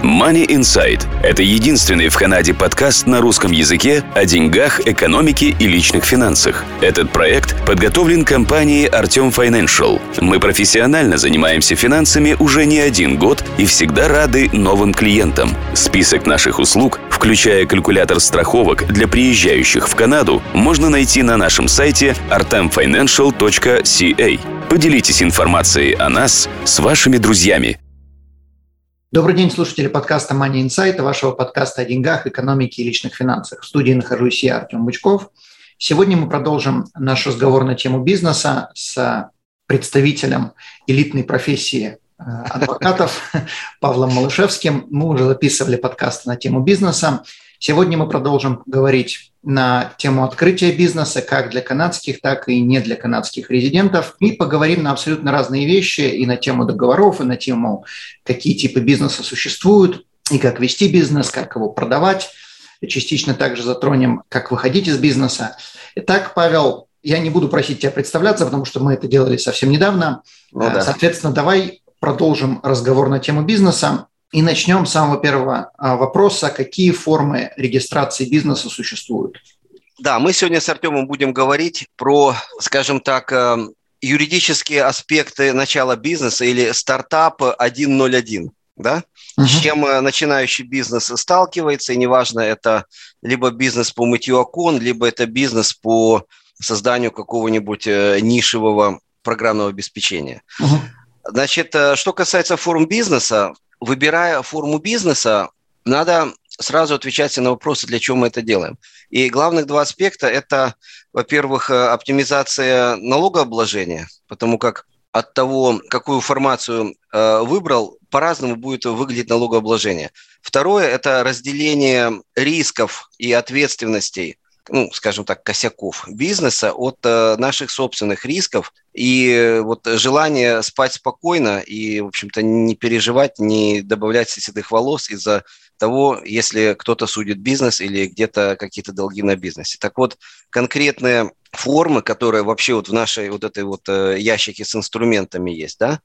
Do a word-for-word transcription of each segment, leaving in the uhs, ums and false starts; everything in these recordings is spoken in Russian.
Money Insight – это единственный в Канаде подкаст на русском языке о деньгах, экономике и личных финансах. Этот проект подготовлен компанией Artem Financial. Мы профессионально занимаемся финансами уже не один год и всегда рады новым клиентам. Список наших услуг, включая калькулятор страховок для приезжающих в Канаду, можно найти на нашем сайте artem financial точка си эй. Поделитесь информацией о нас с вашими друзьями. Добрый день, слушатели подкаста Money Insight, вашего подкаста о деньгах, экономике и личных финансах. В студии нахожусь я, Артем Бычков. Сегодня мы продолжим наш разговор на тему бизнеса с представителем элитной профессии адвокатов Павлом Малышевским. Мы уже записывали подкасты на тему бизнеса. Сегодня мы продолжим говорить на тему открытия бизнеса как для канадских, так и не для канадских резидентов. И поговорим на абсолютно разные вещи и на тему договоров, и на тему, какие типы бизнеса существуют, и как вести бизнес, как его продавать. И частично также затронем, как выходить из бизнеса. Итак, Павел, я не буду просить тебя представляться, потому что мы это делали совсем недавно. Ну, да. Соответственно, давай продолжим разговор на тему бизнеса. И начнем с самого первого вопроса. Какие формы регистрации бизнеса существуют? Да, мы сегодня с Артемом будем говорить про, скажем так, юридические аспекты начала бизнеса или стартап сто один. Да? Uh-huh. С чем начинающий бизнес сталкивается, и неважно, это либо бизнес по мытью окон, либо это бизнес по созданию какого-нибудь нишевого программного обеспечения. Uh-huh. Значит, что касается форм бизнеса, выбирая форму бизнеса, надо сразу отвечать на вопросы, для чего мы это делаем. И главных два аспекта – это, во-первых, оптимизация налогообложения, потому как от того, какую формацию э, выбрал, по-разному будет выглядеть налогообложение. Второе – это разделение рисков и ответственностей, ну, скажем так, косяков бизнеса от э, наших собственных рисков и вот желание спать спокойно и, в общем-то, не переживать, не добавлять седых волос из-за того, если кто-то судит бизнес или где-то какие-то долги на бизнесе. Так вот, конкретные формы, которые вообще вот в нашей вот этой вот э, ящике с инструментами есть, да,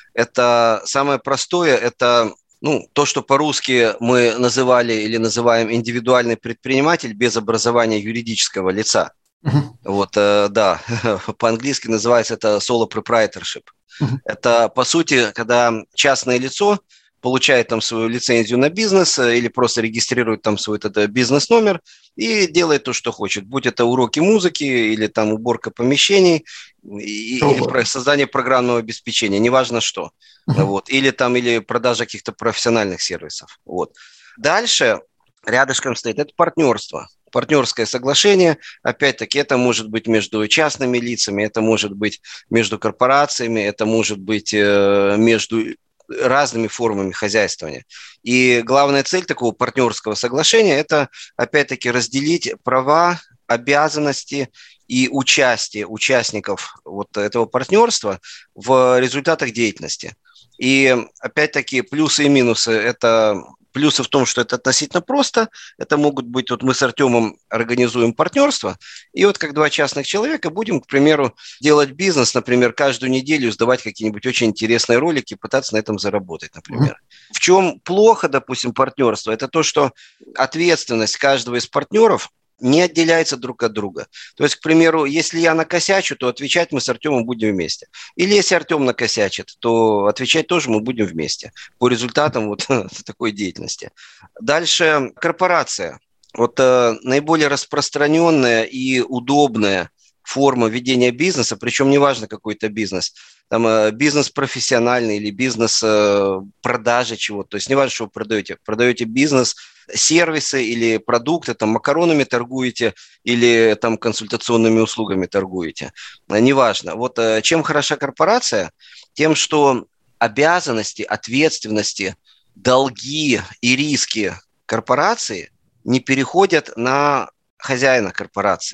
это самое простое, это Ну, то, что по-русски мы называли или называем индивидуальный предприниматель без образования юридического лица. Uh-huh. Вот, э, да, по-английски называется это solo proprietorship. Uh-huh. Это, по сути, когда частное лицо получает там свою лицензию на бизнес или просто регистрирует там свой этот бизнес-номер и делает то, что хочет. Будь это уроки музыки или там уборка помещений, и, или создание программного обеспечения, неважно что. Uh-huh. Вот, или там или продажа каких-то профессиональных сервисов. Вот. Дальше рядышком стоит это партнерство. Партнерское соглашение, опять-таки, это может быть между частными лицами, это может быть между корпорациями, это может быть э, между разными формами хозяйствования. И главная цель такого партнерского соглашения – это, опять-таки, разделить права, обязанности и участие участников вот этого партнерства в результатах деятельности. И, опять-таки, плюсы и минусы – это… Плюсы в том, что это относительно просто. Это могут быть, вот мы с Артемом организуем партнерство, и вот как два частных человека будем, к примеру, делать бизнес, например, каждую неделю сдавать какие-нибудь очень интересные ролики, пытаться на этом заработать, например. Mm-hmm. В чем плохо, допустим, партнерство? Это то, что ответственность каждого из партнеров не отделяется друг от друга. То есть, к примеру, если я накосячу, то отвечать мы с Артемом будем вместе. Или если Артем накосячит, то отвечать тоже мы будем вместе по результатам вот такой деятельности. Дальше корпорация. Вот э, наиболее распространенная и удобная форма ведения бизнеса, причем неважно какой это бизнес, там э, бизнес профессиональный или бизнес э, продажи чего-то, то есть неважно, что вы продаете, продаете бизнес, сервисы или продукты, там макаронами торгуете или там консультационными услугами торгуете, неважно. Вот э, чем хороша корпорация? Тем, что обязанности, ответственности, долги и риски корпорации не переходят на хозяина корпорации.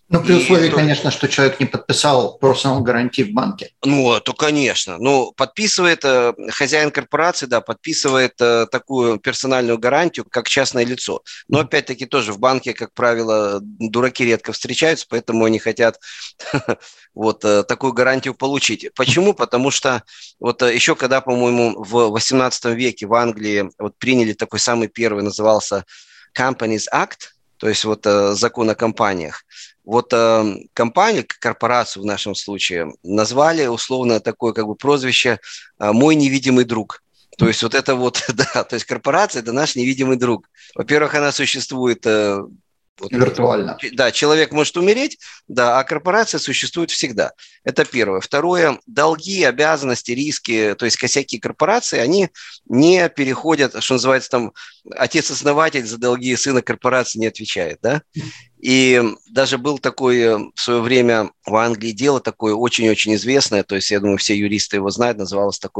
Ну, при условии, то, конечно, что человек не подписал personal guarantee в банке. Ну, то, конечно. Ну, подписывает э, хозяин корпорации, да, подписывает э, такую персональную гарантию, как частное лицо. Но, опять-таки, тоже в банке, как правило, дураки редко встречаются, поэтому они хотят вот такую гарантию получить. Почему? Потому что вот еще когда, по-моему, в восемнадцатом веке в Англии вот приняли такой самый первый, назывался Companies Act, то есть вот закон о компаниях. Вот э, компанию, корпорацию в нашем случае, назвали условно такое как бы прозвище э, «мой невидимый друг». То есть вот это вот, да, то есть корпорация – это наш невидимый друг. Во-первых, она существует… Э, Вот, виртуально. Да, человек может умереть, да, а корпорация существует всегда. Это первое. Второе, долги, обязанности, риски, то есть косяки корпорации, они не переходят, что называется, там, отец-основатель за долги сына корпорации не отвечает, да. И даже был такой в свое время в Англии дело такое очень-очень известное, то есть я думаю, все юристы его знают, называлось такое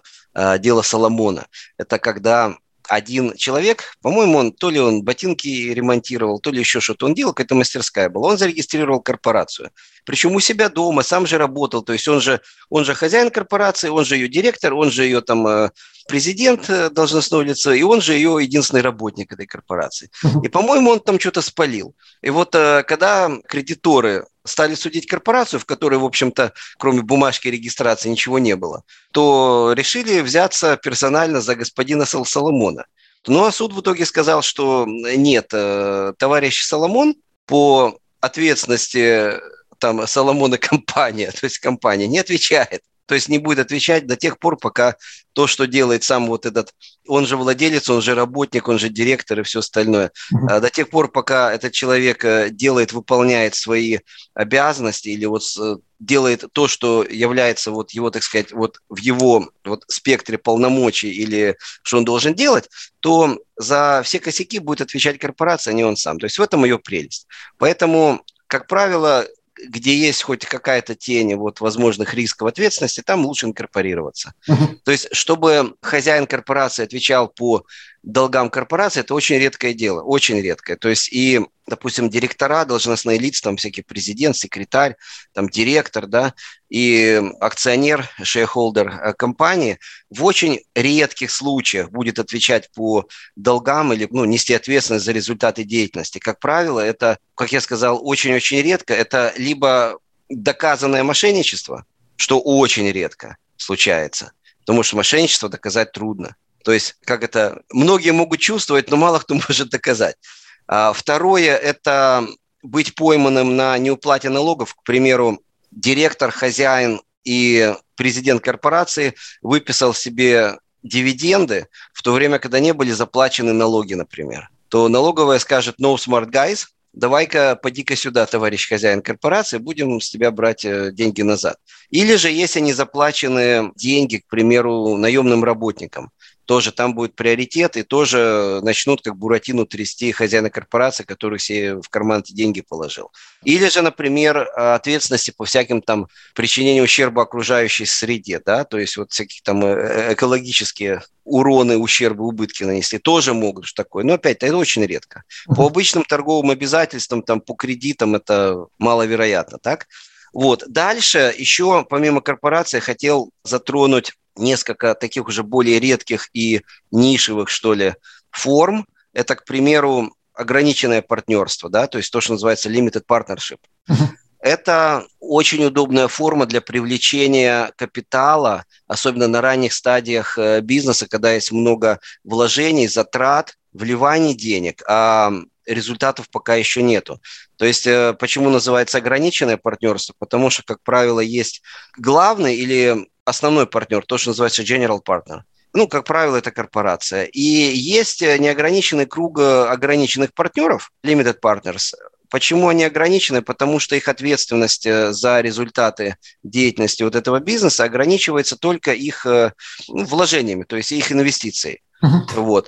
дело Соломона. Это когда один человек, по-моему, он то ли он ботинки ремонтировал, то ли еще что-то он делал, какая-то мастерская была. Он зарегистрировал корпорацию. Причем у себя дома, сам же работал. То есть он же, он же хозяин корпорации, он же ее директор, он же ее там президент, должностное лицо, и он же ее единственный работник этой корпорации. И, по-моему, он там что-то спалил. И вот когда кредиторы стали судить корпорацию, в которой, в общем-то, кроме бумажки регистрации ничего не было, то решили взяться персонально за господина Соломона. Ну, а суд в итоге сказал, что нет, товарищ Соломон по ответственности там Соломона компания, то есть компания, не отвечает. То есть не будет отвечать до тех пор, пока то, что делает сам вот этот, он же владелец, он же работник, он же директор и все остальное, mm-hmm. до тех пор, пока этот человек делает, выполняет свои обязанности или вот делает то, что является вот его, так сказать, вот в его вот спектре полномочий или что он должен делать, то за все косяки будет отвечать корпорация, а не он сам. То есть в этом ее прелесть. Поэтому, как правило, где есть хоть какая-то тень вот, возможных рисков ответственности, там лучше инкорпорироваться. Uh-huh. То есть, чтобы хозяин корпорации отвечал по долгам корпорации, это очень редкое дело, очень редкое. То есть, и, допустим, директора, должностные лица, там всякий президент, секретарь, там директор, да, и акционер, шейрхолдер компании в очень редких случаях будет отвечать по долгам или ну, нести ответственность за результаты деятельности. Как правило, это, как я сказал, очень-очень редко. Это либо доказанное мошенничество, что очень редко случается, потому что мошенничество доказать трудно. То есть, как это, многие могут чувствовать, но мало кто может доказать. А второе – это быть пойманным на неуплате налогов. К примеру, директор, хозяин и президент корпорации выписал себе дивиденды в то время, когда не были заплачены налоги, например. То налоговая скажет «no smart guys», давай-ка, поди-ка сюда, товарищ хозяин корпорации, будем с тебя брать деньги назад. Или же, если не заплачены деньги, к примеру, наемным работникам, тоже там будет приоритет, и тоже начнут как Буратино трясти хозяина корпорации, который себе в карман эти деньги положил. Или же, например, ответственности по всяким там причинению ущерба окружающей среде, да, то есть вот всякие там экологические уроны, ущербы, убытки нанесли, тоже могут что такое. Но опять, это очень редко. По обычным торговым обязательствам, там, по кредитам это маловероятно, так? Вот. Дальше еще, помимо корпорации, хотел затронуть несколько таких уже более редких и нишевых, что ли, форм. Это, к примеру, ограниченное партнерство, да, то есть то, что называется limited partnership. Uh-huh. Это очень удобная форма для привлечения капитала, особенно на ранних стадиях бизнеса, когда есть много вложений, затрат, вливаний денег, а результатов пока еще нету. То есть почему называется ограниченное партнерство? Потому что, как правило, есть главный или основной партнер, то, что называется general partner. Ну, как правило, это корпорация. И есть неограниченный круг ограниченных партнеров, limited partners. Почему они ограничены? Потому что их ответственность за результаты деятельности вот этого бизнеса ограничивается только их ну, вложениями, то есть их инвестицией. Uh-huh. Вот.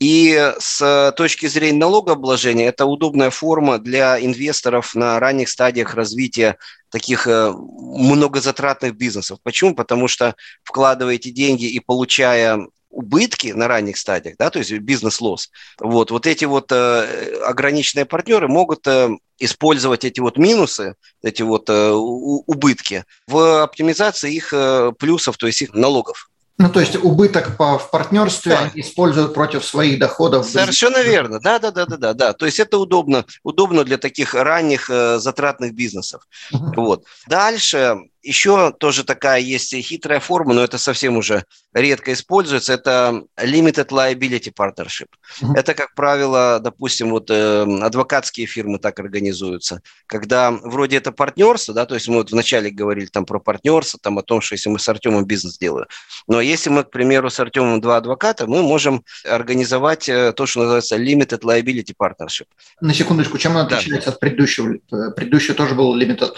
И с точки зрения налогообложения это удобная форма для инвесторов на ранних стадиях развития таких многозатратных бизнесов. Почему? Потому что вкладываете деньги и получая убытки на ранних стадиях, да, то есть бизнес-лосс, вот, вот эти вот э, ограниченные партнеры могут э, использовать эти вот минусы, эти вот э, убытки в оптимизации их э, плюсов, то есть их налогов. Ну, то есть убыток по, в партнерстве Да. они используют против своих доходов. Совершенно верно, да, да, да, да, да, да. То есть это удобно, удобно для таких ранних э, затратных бизнесов. Uh-huh. Вот. Дальше еще тоже такая есть хитрая форма, но это совсем уже редко используется. Это limited liability partnership. Uh-huh. Это, как правило, допустим, вот э, адвокатские фирмы так организуются, когда вроде это партнерство, да, то есть мы вот вначале говорили там про партнерство, там о том, что если мы с Артемом бизнес делаем, но если мы, к примеру, с Артемом два адвоката, мы можем организовать то, что называется limited liability partnership. На секундочку, чем он отличается да. от предыдущего? Предыдущий тоже был limited...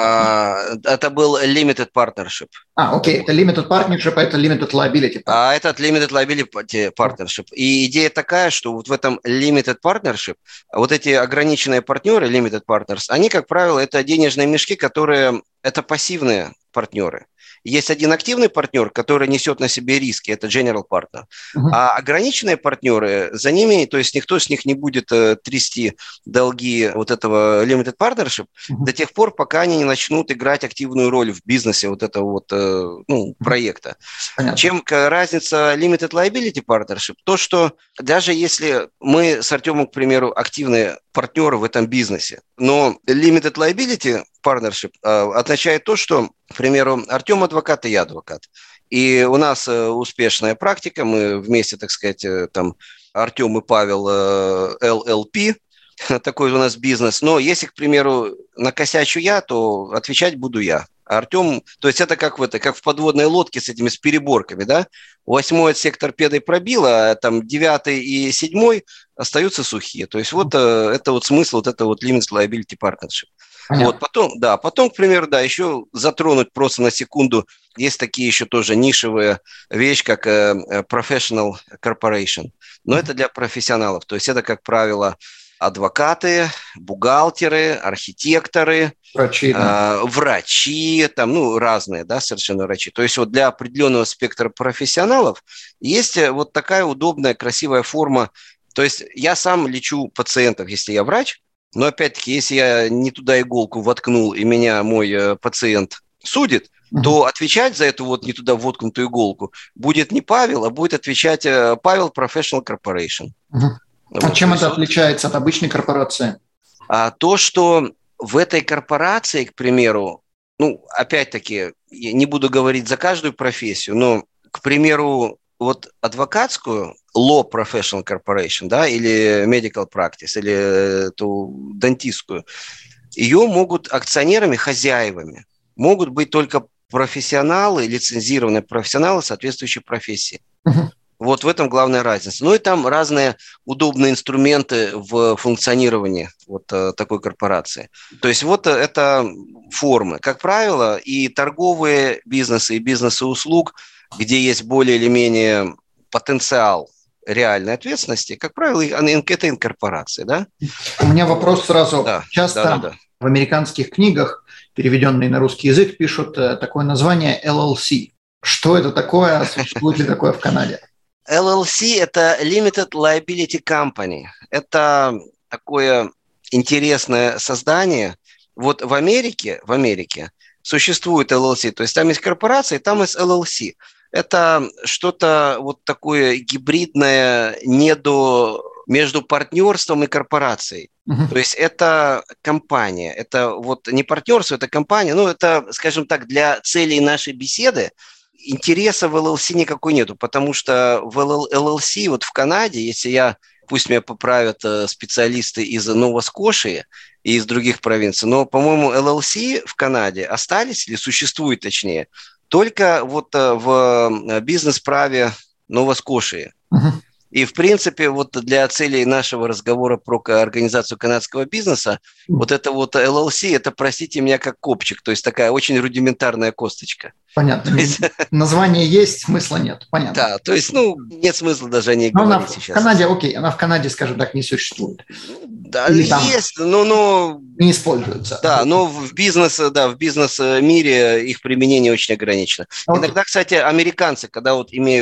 А, это был limited partnership. А, окей, это limited partnership, а это limited liability partnership. А этот limited liability partnership. И идея такая, что вот в этом limited partnership вот эти ограниченные партнеры, limited partners, они, как правило, это денежные мешки, которые... Это пассивные партнеры. Есть один активный партнер, который несет на себе риски, это general partner. Uh-huh. А ограниченные партнеры, за ними, то есть никто с них не будет э, трясти долги вот этого limited partnership uh-huh. до тех пор, пока они не начнут играть активную роль в бизнесе вот этого вот э, ну, проекта. Uh-huh. Чем разница limited liability partnership? То, что даже если мы с Артемом, к примеру, активные партнеры в этом бизнесе, но limited liability partnership э, означает то, что, к примеру, Артем адвокат и я адвокат. И у нас э, успешная практика, мы вместе, так сказать, э, там, Артем и Павел э, эл эл пи, такой у нас бизнес. Но если, к примеру, накосячу я, то отвечать буду я. А Артем, то есть это как в, это, как в подводной лодке с этими с переборками, да? Восьмой отсек торпедой пробило, а там девятый и седьмой остаются сухие. То есть вот э, это вот смысл вот этого вот limited liability partnership. Вот, потом, да, потом, к примеру, да, еще затронуть просто на секунду, есть такие еще тоже нишевые вещи, как э, professional corporation, но это для профессионалов, то есть это, как правило, адвокаты, бухгалтеры, архитекторы, врачи, да. э, врачи, там, ну, разные, да, совершенно врачи. То есть вот для определенного спектра профессионалов есть вот такая удобная, красивая форма, то есть я сам лечу пациентов, если я врач. Но, опять-таки, если я не туда иголку воткнул, и меня мой э, пациент судит, uh-huh. то отвечать за эту вот не туда воткнутую иголку будет не Павел, а будет отвечать э, Павел Professional Corporation. Uh-huh. Вот, а чем это есть, отличается от обычной корпорации? А, то, что в этой корпорации, к примеру, ну, опять-таки, я не буду говорить за каждую профессию, но, к примеру, вот адвокатскую law professional corporation, да, или medical practice, или эту дантистскую, ее могут акционерами, хозяевами, могут быть только профессионалы, лицензированные профессионалы соответствующей профессии. Uh-huh. Вот в этом главная разница. Ну и там разные удобные инструменты в функционировании вот uh, такой корпорации. То есть вот это формы. Как правило, и торговые бизнесы, и бизнесы услуг, где есть более или менее потенциал реальной ответственности, как правило, это инкорпорации, да? У меня вопрос сразу. Да, часто да, да, да. в американских книгах, переведенные на русский язык, пишут такое название эл эл си. Что это такое? Существует ли такое в Канаде? эл эл си – это Limited Liability Company. Это такое интересное создание. Вот в Америке, в Америке существует эл эл си, то есть там есть корпорации, там есть эл эл си. Это что-то вот такое гибридное недо, между партнерством и корпорацией. Uh-huh. То есть это компания, это вот не партнерство, это компания, ну это, скажем так, для целей нашей беседы интереса в эл эл си никакой нету, потому что в эл эл си вот в Канаде, если я, пусть меня поправят специалисты из Нова-Скошии и из других провинций, но, по-моему, эл эл си в Канаде остались или существуют, точнее, только вот в бизнес-праве Нова-Скошии. Uh-huh. И, в принципе, вот для целей нашего разговора про организацию канадского бизнеса, mm. вот это вот эл эл си, это, простите меня, как копчик, то есть такая очень рудиментарная косточка. Понятно. Есть... Название есть, смысла нет. Понятно. Да, то есть, ну, нет смысла даже о ней но говорить она сейчас. В Канаде, окей, она в Канаде, скажем так, не существует. Да, есть, но, но... Не используется. Да, но в бизнес, да, в бизнес-мире их применение очень ограничено. Okay. Иногда, кстати, американцы, когда вот имеют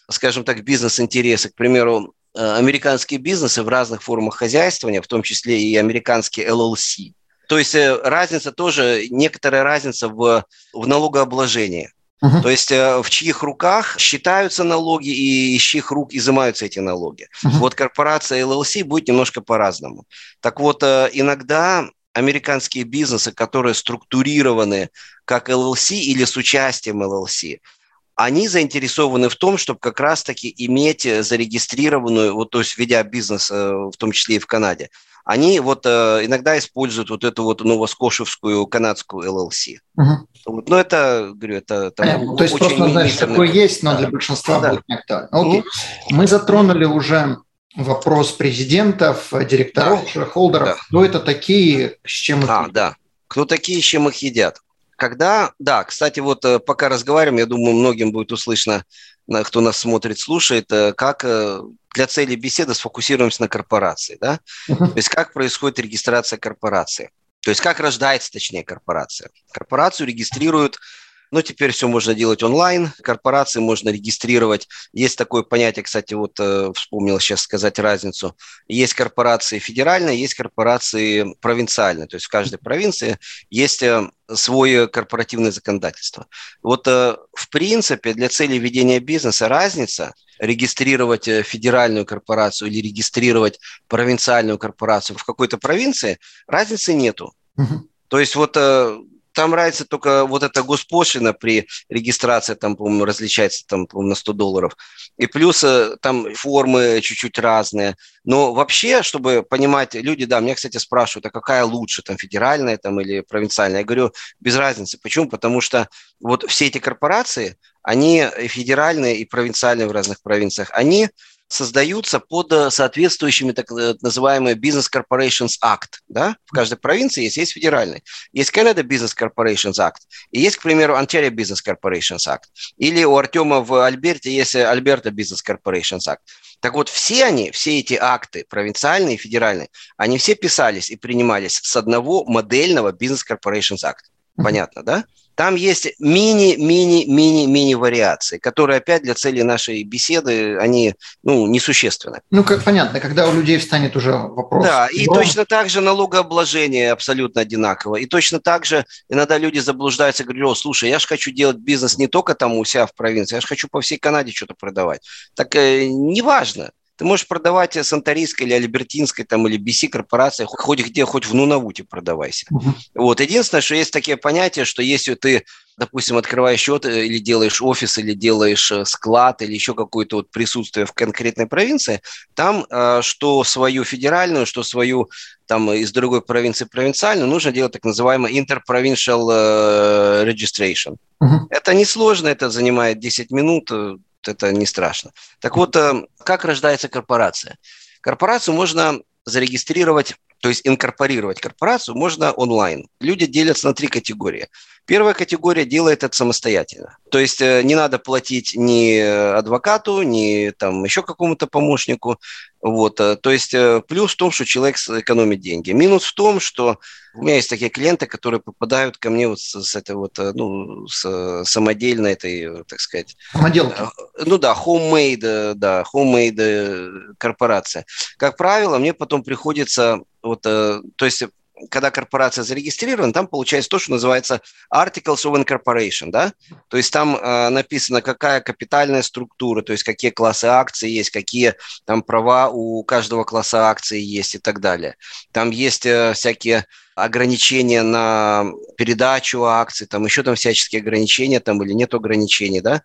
скажем так, бизнес-интересы. К примеру, американские бизнесы в разных формах хозяйствования, в том числе и американские эл эл си. То есть разница тоже, некоторая разница в, в налогообложении. Uh-huh. То есть в чьих руках считаются налоги и из чьих рук изымаются эти налоги. Uh-huh. Вот корпорация эл эл си будет немножко по-разному. Так вот, иногда американские бизнесы, которые структурированы как эл эл си или с участием эл эл си, они заинтересованы в том, чтобы как раз-таки иметь зарегистрированную, вот, то есть ведя бизнес, в том числе и в Канаде, они вот иногда используют вот эту вот новоскошевскую канадскую эл эл си. Угу. Вот, но это, говорю, это... Там, то есть просто, знаешь, такое есть, но да. для большинства да. будет не актуально. Окей. Угу. Мы затронули уже вопрос президентов, директоров, да. шерхолдеров. Да. Кто это такие, с чем их а, едят? Да. Кто такие, с чем их едят? Когда, да, кстати, вот пока разговариваем, я думаю, многим будет услышно, кто нас смотрит, слушает, как для цели беседы сфокусируемся на корпорации, да? Uh-huh. То есть как происходит регистрация корпорации, то есть как рождается, точнее, корпорация. Корпорацию регистрируют, ну, теперь все можно делать онлайн, корпорации можно регистрировать. Есть такое понятие, кстати, вот вспомнил сейчас сказать разницу. Есть корпорации федеральные, есть корпорации провинциальные. То есть в каждой провинции есть свое корпоративное законодательство. Вот в принципе для целей ведения бизнеса разница регистрировать федеральную корпорацию или регистрировать провинциальную корпорацию в какой-то провинции, разницы нету. Uh-huh. То есть вот там разница только вот эта госпошлина при регистрации, там, по-моему, различается там, по-моему, на сто долларов. И плюс там формы чуть-чуть разные. Но вообще, чтобы понимать, люди, да, меня, кстати, спрашивают, а какая лучше, там, федеральная там, или провинциальная? Я говорю, без разницы. Почему? Потому что вот все эти корпорации, они федеральные и провинциальные в разных провинциях, они создаются под соответствующими так называемые Business Corporations Act. Да? В каждой провинции есть, есть федеральный. Есть Canada Business Corporations Act. И есть, к примеру, Ontario Business Corporations Act. Или у Артема в Альберте есть Alberta Business Corporations Act. Так вот, все они, все эти акты, провинциальные и федеральные, они все писались и принимались с одного модельного Business Corporations Act. Понятно, да? Там есть мини-мини-мини-мини вариации, которые опять для цели нашей беседы, они ну, несущественны. Ну, как понятно, когда у людей встанет уже вопрос. Да, и но... точно так же налогообложение абсолютно одинаково. И точно так же иногда люди заблуждаются, говорят, о, слушай, я же хочу делать бизнес не только там у себя в провинции, я же хочу по всей Канаде что-то продавать. Так э, неважно. Ты можешь продавать санторийской или альбертинской там, или би си корпорации, хоть где, хоть в Нунавуте продавайся. Uh-huh. Вот. Единственное, что есть такие понятия, что если ты, допустим, открываешь счет или делаешь офис, или делаешь склад, или еще какое-то вот присутствие в конкретной провинции, там что свою федеральную, что свою там из другой провинции провинциальную, нужно делать так называемый interprovincial registration. Uh-huh. Это несложно, это занимает десять минут, это не страшно. Так вот, как рождается корпорация? Корпорацию можно зарегистрировать, то есть инкорпорировать корпорацию можно онлайн. Люди делятся на три категории. Первая категория делает это самостоятельно. То есть не надо платить ни адвокату, ни там еще какому-то помощнику. Вот. То есть плюс в том, что человек экономит деньги. Минус в том, что у меня есть такие клиенты, которые попадают ко мне вот с, с этой вот, ну, с самодельной этой, так сказать... Самоделки. Ну да, homemade, да, homemade корпорация. Как правило, мне потом приходится, вот, то есть... Когда корпорация зарегистрирована, там получается то, что называется Articles of Incorporation, да? То есть там э, написано, какая капитальная структура, то есть какие классы акций есть, какие там права у каждого класса акций есть и так далее. Там есть э, всякие ограничения на передачу акций, там еще там всяческие ограничения там или нет ограничений, да?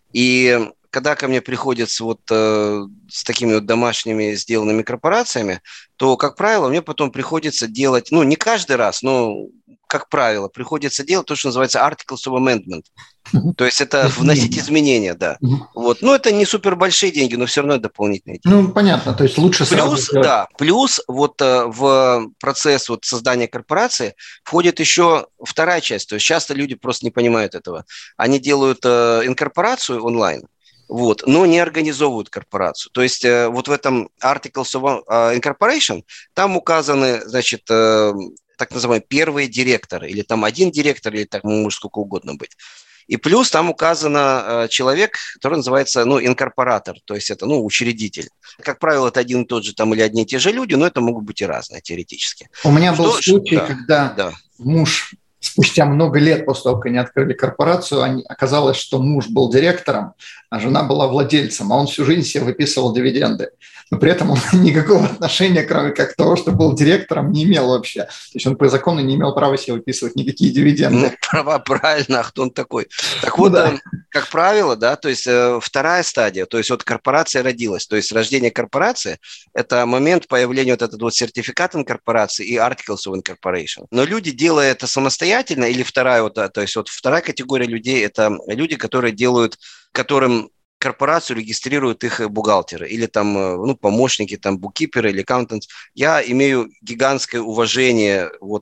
И когда ко мне приходят с, вот, э, с такими вот домашними сделанными корпорациями, то, как правило, мне потом приходится делать, ну, не каждый раз, но, как правило, приходится делать то, что называется Articles of Amendment. Uh-huh. То есть это вносить изменения, да. Uh-huh. Вот. Ну, это не супер большие деньги, но все равно дополнительные деньги. Ну, понятно, то есть лучше сразу плюс, сделать. Да, плюс вот э, в процесс вот создания корпорации входит еще вторая часть. То есть часто люди просто не понимают этого. Они делают э, инкорпорацию онлайн, вот, но не организовывают корпорацию. То есть э, вот в этом Articles of Incorporation там указаны, значит, э, так называемые первые директоры, или там один директор, или так может сколько угодно быть. И плюс там указано человек, который называется, ну, инкорпоратор, то есть это, ну, учредитель. Как правило, это один и тот же там или одни и те же люди, но это могут быть и разные теоретически. У меня был Что, случай, да, когда да. муж спустя много лет после того, как они открыли корпорацию, они, оказалось, что муж был директором, а жена была владельцем, а он всю жизнь себе выписывал дивиденды. Но при этом он никакого отношения, кроме как того, что был директором, не имел вообще. То есть он по закону не имел права себе выписывать никакие дивиденды. Ну, права, правильно, а кто он такой? Так вот, ну, да. Как правило, да, то есть вторая стадия, то есть вот корпорация родилась, то есть рождение корпорации – это момент появления вот этот вот сертификат инкорпорации и Articles of Incorporation. Но люди, делая это самостоятельно, или вторая вот, то есть вот вторая категория людей – это люди, которые делают, которым корпорацию регистрируют их бухгалтеры или там, ну, помощники, там, буккиперы или аккаунтанты. Я имею гигантское уважение вот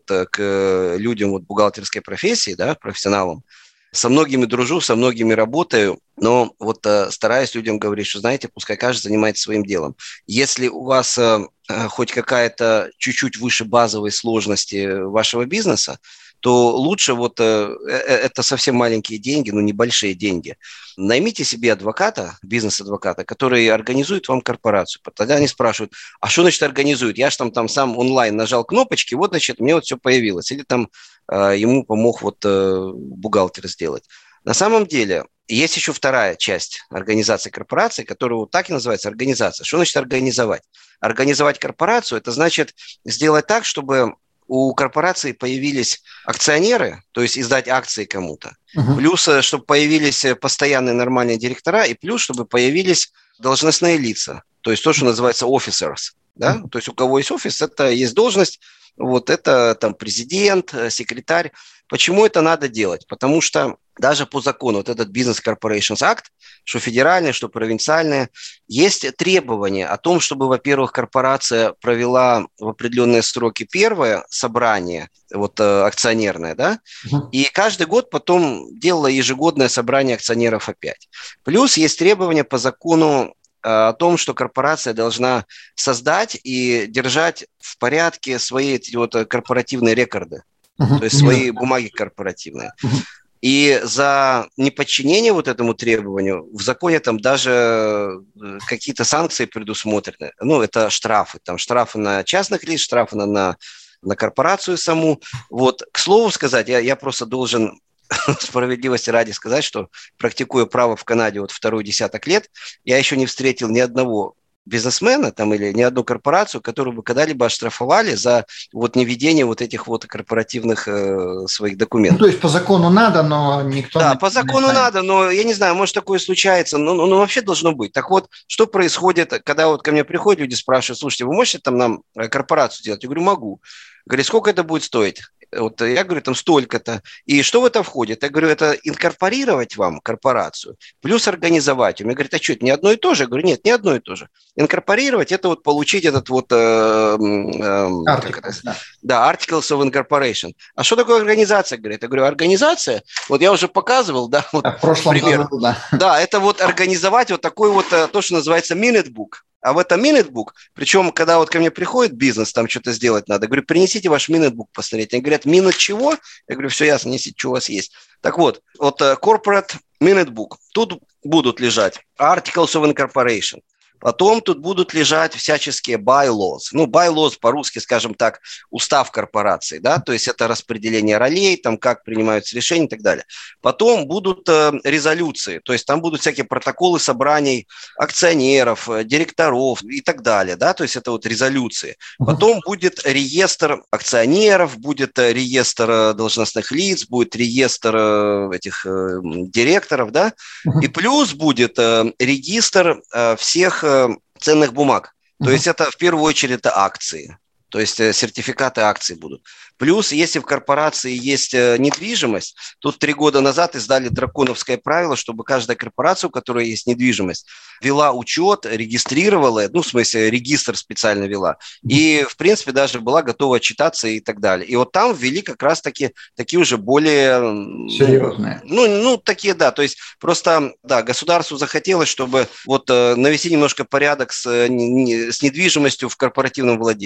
к людям вот бухгалтерской профессии, да, профессионалам. Со многими дружу, со многими работаю, но вот э, стараюсь людям говорить, что, знаете, пускай каждый занимается своим делом. Если у вас э, хоть какая-то чуть-чуть выше базовой сложности вашего бизнеса, то лучше вот, э, это совсем маленькие деньги, но небольшие деньги. Наймите себе адвоката, бизнес-адвоката, который организует вам корпорацию. Тогда они спрашивают, а что значит организует? Я же там, там сам онлайн нажал кнопочки, вот, значит, мне вот все появилось. Или там э, ему помог вот э, бухгалтер сделать. На самом деле, есть еще вторая часть организации корпорации, которая вот так и называется организация. Что значит организовать? Организовать корпорацию – это значит сделать так, чтобы у корпорации появились акционеры, то есть издать акции кому-то, uh-huh. плюс, чтобы появились постоянные нормальные директора, и плюс, чтобы появились должностные лица, то есть то, что называется officers, да, uh-huh. то есть у кого есть офис, это есть должность, вот это там президент, секретарь. Почему это надо делать? Потому что даже по закону, вот этот Business Corporations Act, что федеральный, что провинциальный, есть требования о том, чтобы, во-первых, корпорация провела в определенные сроки первое собрание, вот акционерное, да, uh-huh. и каждый год потом делала ежегодное собрание акционеров опять. Плюс есть требования по закону о том, что корпорация должна создать и держать в порядке свои эти вот корпоративные рекорды, uh-huh. то есть свои yeah. бумаги корпоративные. Uh-huh. И за неподчинение вот этому требованию в законе там даже какие-то санкции предусмотрены. Ну, это штрафы. Там штрафы на частных лиц, штрафы на, на, на корпорацию саму. Вот, к слову сказать, я, я просто должен справедливости ради сказать, что практикуя право в Канаде вот второй десяток лет, я еще не встретил ни одного бизнесмена там или ни одну корпорацию, которую бы когда-либо оштрафовали за вот неведение вот этих вот корпоративных э, своих документов. Ну, то есть по закону надо, но никто... Да, по закону надо, но я не знаю, может такое случается, но, но вообще должно быть. Так вот, что происходит, когда вот ко мне приходят люди, спрашивают, слушайте, вы можете там нам корпорацию делать? Я говорю, могу. Говорит, сколько это будет стоить? Вот я говорю, там столько-то. И что в это входит? Я говорю, это инкорпорировать вам корпорацию, плюс организовать. Он мне говорит, а что, это не одно и то же? Я говорю, нет, не одно и то же. Инкорпорировать – это вот получить этот вот… Э, э, Articles, да. да, Articles of Incorporation. А что такое организация? Говорит, я говорю, организация, вот я уже показывал, да, вот а в прошлом пример. году, да. Да, это вот организовать вот такой вот, то, что называется minute book. А в этом minute book, причем, когда вот ко мне приходит бизнес, там что-то сделать надо, говорю, принесите ваш minute book посмотреть. Они говорят, minute чего? Я говорю, все ясно, несите, что у вас есть. Так вот, вот corporate minute book. Тут будут лежать Articles of Incorporation. Потом тут будут лежать всяческие bylaws. Ну, bylaws по-русски, скажем так, устав корпорации, да, то есть это распределение ролей, там, как принимаются решения и так далее. Потом будут э, резолюции, то есть там будут всякие протоколы собраний акционеров, директоров и так далее, да, то есть это вот резолюции. Потом будет реестр акционеров, будет реестр должностных лиц, будет реестр этих э, директоров, да, и плюс будет э, регистр э, всех ценных бумаг. То uh-huh. есть это в первую очередь это акции, то есть сертификаты акций будут. Плюс, если в корпорации есть недвижимость, тут три года назад издали драконовское правило, чтобы каждая корпорация, у которой есть недвижимость, вела учет, регистрировала, ну, в смысле, регистр специально вела, и, в принципе, даже была готова отчитаться и так далее. И вот там ввели как раз-таки такие уже более… Серьезные. Ну, ну, такие, да, то есть просто, да, государству захотелось, чтобы вот навести немножко порядок с, с недвижимостью в корпоративном владении.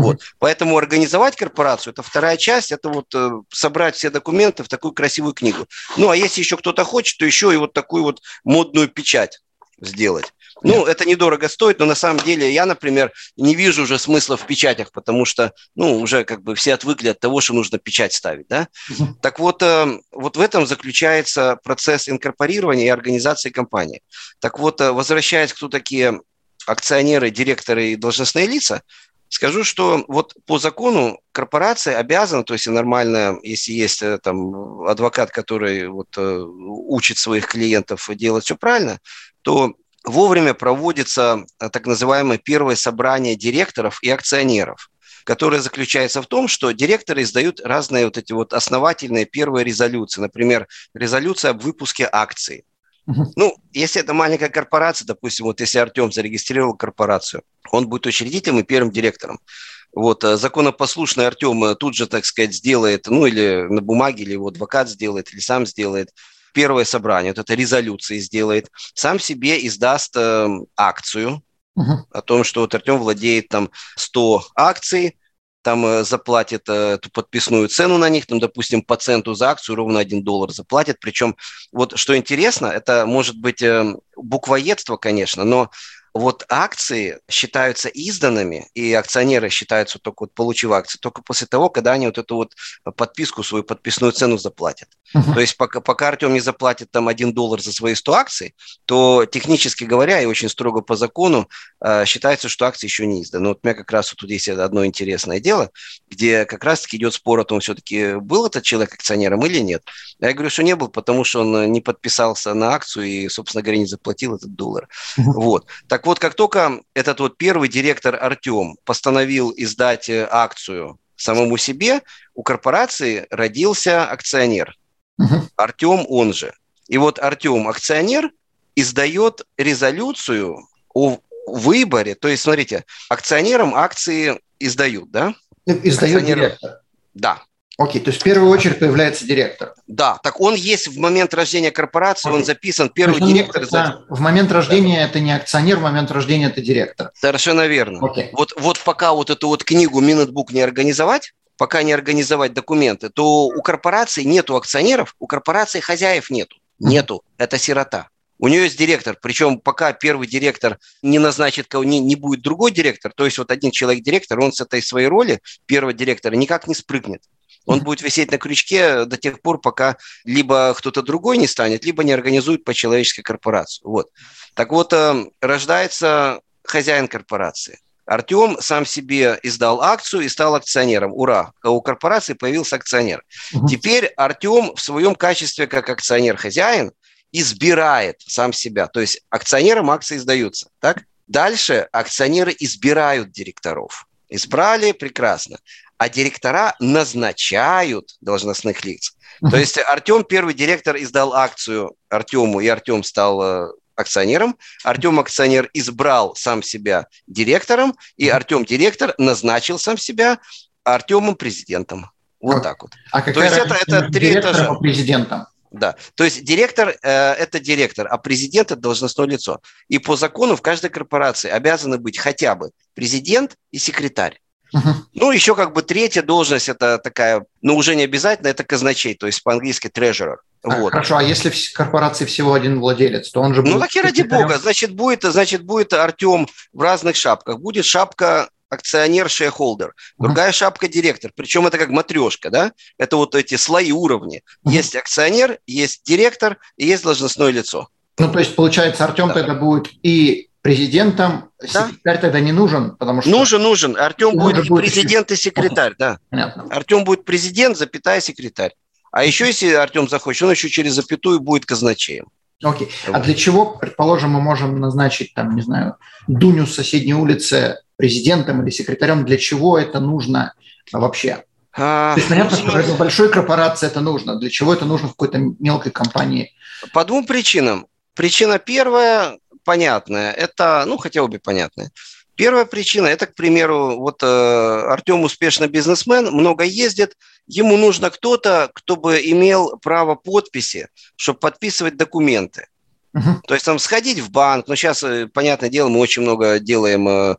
Вот. Поэтому организовать корпорацию – это вторая часть, это вот э, собрать все документы в такую красивую книгу. Ну, а если еще кто-то хочет, то еще и вот такую вот модную печать сделать. Ну, это недорого стоит, но на самом деле я, например, не вижу уже смысла в печатях, потому что, ну, уже как бы все отвыкли от того, что нужно печать ставить, да? Uh-huh. Так вот, э, вот в этом заключается процесс инкорпорирования и организации компании. Так вот, э, возвращаясь, кто такие акционеры, директоры и должностные лица, скажу, что вот по закону корпорация обязана, то есть нормально, если есть там адвокат, который вот, э, учит своих клиентов делать все правильно, то вовремя проводится так называемое первое собрание директоров и акционеров, которое заключается в том, что директоры издают разные вот эти вот основательные первые резолюции, например, резолюция об выпуске акций. Uh-huh. Ну, если это маленькая корпорация, допустим, вот если Артем зарегистрировал корпорацию, он будет учредителем и первым директором. Вот, законопослушный Артем тут же, так сказать, сделает, ну, или на бумаге, или его адвокат сделает, или сам сделает первое собрание, вот это резолюции сделает, сам себе издаст э, акцию uh-huh. о том, что вот Артем владеет там сто акций, там э, заплатит э, эту подписную цену на них, там, допустим, по центу за акцию ровно один доллар заплатит. Причем, вот что интересно, это может быть э, буквоедство, конечно, но вот акции считаются изданными, и акционеры считаются только вот получив акции, только после того, когда они вот эту вот подписку, свою подписную цену заплатят. Uh-huh. То есть пока, пока Артем не заплатит там один доллар за свои сто акций, то технически говоря, и очень строго по закону, э, считается, что акции еще не изданы. Вот у меня как раз вот тут есть одно интересное дело, где как раз-таки идет спор о том, все-таки был этот человек акционером или нет. Я говорю, что не был, потому что он не подписался на акцию и, собственно говоря, не заплатил этот доллар. Uh-huh. Вот. Так вот, как только этот вот первый директор Артем постановил издать акцию самому себе, у корпорации родился акционер. Uh-huh. Артем он же. И вот Артем, акционер, издает резолюцию о выборе. То есть, смотрите, акционерам акции издают, да? Издает акционер... директор. Да. Окей, то есть в первую очередь появляется директор. Да, так он есть в момент рождения корпорации, Окей. Он записан, первый есть, директор. Это, в момент рождения да. это не акционер, в момент рождения это директор. Совершенно верно. Окей. Вот, вот пока вот эту вот книгу Минутбук не организовать, пока не организовать документы, то у корпорации нету акционеров, у корпорации хозяев нету. Нету, это сирота. У нее есть директор, причем пока первый директор не назначит, не, не будет другой директор, то есть вот один человек-директор, он с этой своей роли первого директора никак не спрыгнет. Он будет висеть на крючке до тех пор, пока либо кто-то другой не станет, либо не организует по-человечески корпорацию. Вот. Так вот, рождается хозяин корпорации. Артем сам себе издал акцию и стал акционером. Ура! У корпорации появился акционер. Угу. Теперь Артем в своем качестве как акционер-хозяин избирает сам себя. То есть акционерам акции издаются. Так? Дальше акционеры избирают директоров. Избрали, прекрасно. А директора назначают должностных лиц. Uh-huh. То есть Артем, первый директор, издал акцию Артему, и Артем стал э, акционером. Артем, акционер, избрал сам себя директором, и Артем, директор, назначил сам себя Артемом президентом. Вот а, так вот. А какая То есть это, это три этажа. Президентом? Да, то есть директор э, – это директор, а президент – это должностное лицо. И по закону в каждой корпорации обязаны быть хотя бы президент и секретарь. Uh-huh. Ну, еще как бы третья должность – это такая, ну, уже не обязательно, это казначей, то есть по-английски treasurer. А, вот. Хорошо, а если в корпорации всего один владелец, то он же будет… Ну, так и ради бога, значит будет, значит, будет Артем в разных шапках. Будет шапка акционер-шейрхолдер, другая uh-huh. шапка директор. Причем это как матрешка, да? Это вот эти слои уровня. Uh-huh. Есть акционер, есть директор и есть должностное лицо. Ну, то есть, получается, Артем да. тогда будет и президентом, да? Секретарь тогда не нужен, потому что… Нужен, нужен. Артем будет и будет президент, и секретарь, да. Понятно. Артем будет президент, запятая, секретарь. А еще, если Артем захочет, он еще через запятую будет казначеем. Окей. А для чего, предположим, мы можем назначить, там, не знаю, Дуню с соседней улицы президентом или секретарем? Для чего это нужно вообще? А, То есть, понятно, что в большой корпорации это нужно. Для чего это нужно в какой-то мелкой компании? По двум причинам. Причина первая, понятная, это, ну, хотя обе понятные. Первая причина, это, к примеру, вот э, Артем успешный бизнесмен, много ездит, ему нужно кто-то, кто бы имел право подписи, чтобы подписывать документы. Uh-huh. То есть там сходить в банк, ну, сейчас, понятное дело, мы очень много делаем э,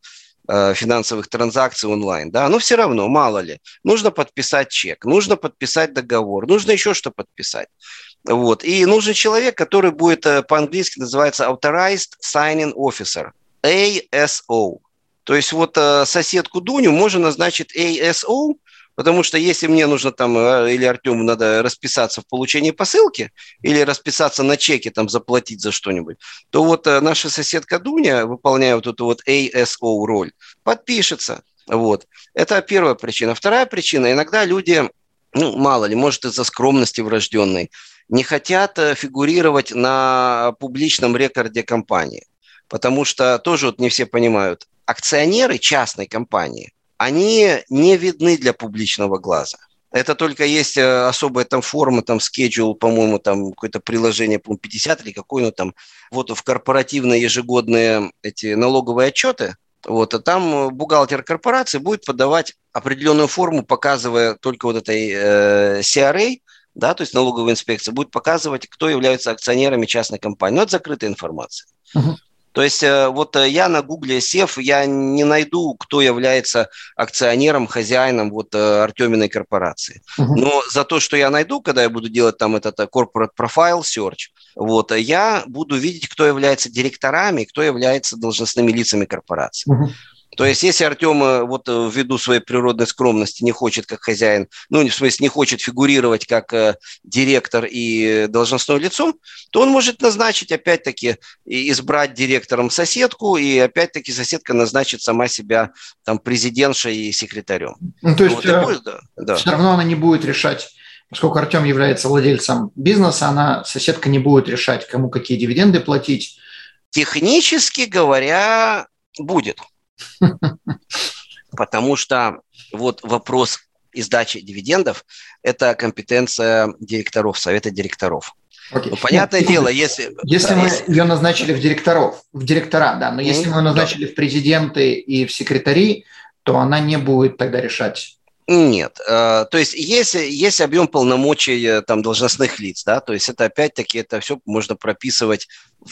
финансовых транзакций онлайн, да, но все равно, мало ли, нужно подписать чек, нужно подписать договор, нужно еще что подписать. Вот. И нужен человек, который будет, по-английски называется Authorized Signing Officer, эй эс о. То есть вот соседку Дуню можно назначить эй эс о, потому что если мне нужно там, или Артему надо расписаться в получении посылки, или расписаться на чеке, там, заплатить за что-нибудь, то вот наша соседка Дуня, выполняя вот эту вот эй эс о роль, подпишется. Вот. Это первая причина. Вторая причина, иногда люди, ну, мало ли, может, из-за скромности врожденной, не хотят фигурировать на публичном рекорде компании. Потому что тоже вот не все понимают, акционеры частной компании, они не видны для публичного глаза. Это только есть особая там форма, там schedule, по-моему, там какое-то приложение, по-моему, пятьдесят или какое-то там, вот в корпоративные ежегодные эти налоговые отчеты, вот, а там бухгалтер корпорации будет подавать определенную форму, показывая только вот этой э, си ар эй, да, то есть налоговая инспекция, будет показывать, кто является акционерами частной компании. Но это закрытая информация. Uh-huh. То есть вот я на Гугле сев, я не найду, кто является акционером, хозяином вот Артеминой корпорации. Uh-huh. Но за то, что я найду, когда я буду делать там этот corporate profile search, вот, я буду видеть, кто является директорами, кто является должностными лицами корпорации. Uh-huh. То есть, если Артем вот ввиду своей природной скромности не хочет как хозяин, ну, в смысле, не хочет фигурировать как э, директор и должностное лицо, то он может назначить, опять-таки, избрать директором соседку, и опять-таки соседка назначит сама себя там президентшей и секретарем. Ну, то есть, вот, э, будет, да, да. все равно она не будет решать, поскольку Артем является владельцем бизнеса, она, соседка, не будет решать, кому какие дивиденды платить. Технически говоря, будет. Потому что вот вопрос издачи дивидендов – это компетенция директоров, совета директоров. Okay. Ну, понятное ну, дело, если… Если да, мы если... ее назначили в директоров, в директора, да, но mm-hmm. если мы ее назначили да. в президенты и в секретари, то она не будет тогда решать. Нет, то есть есть, есть объем полномочий там, должностных лиц, да, то есть это опять-таки это все можно прописывать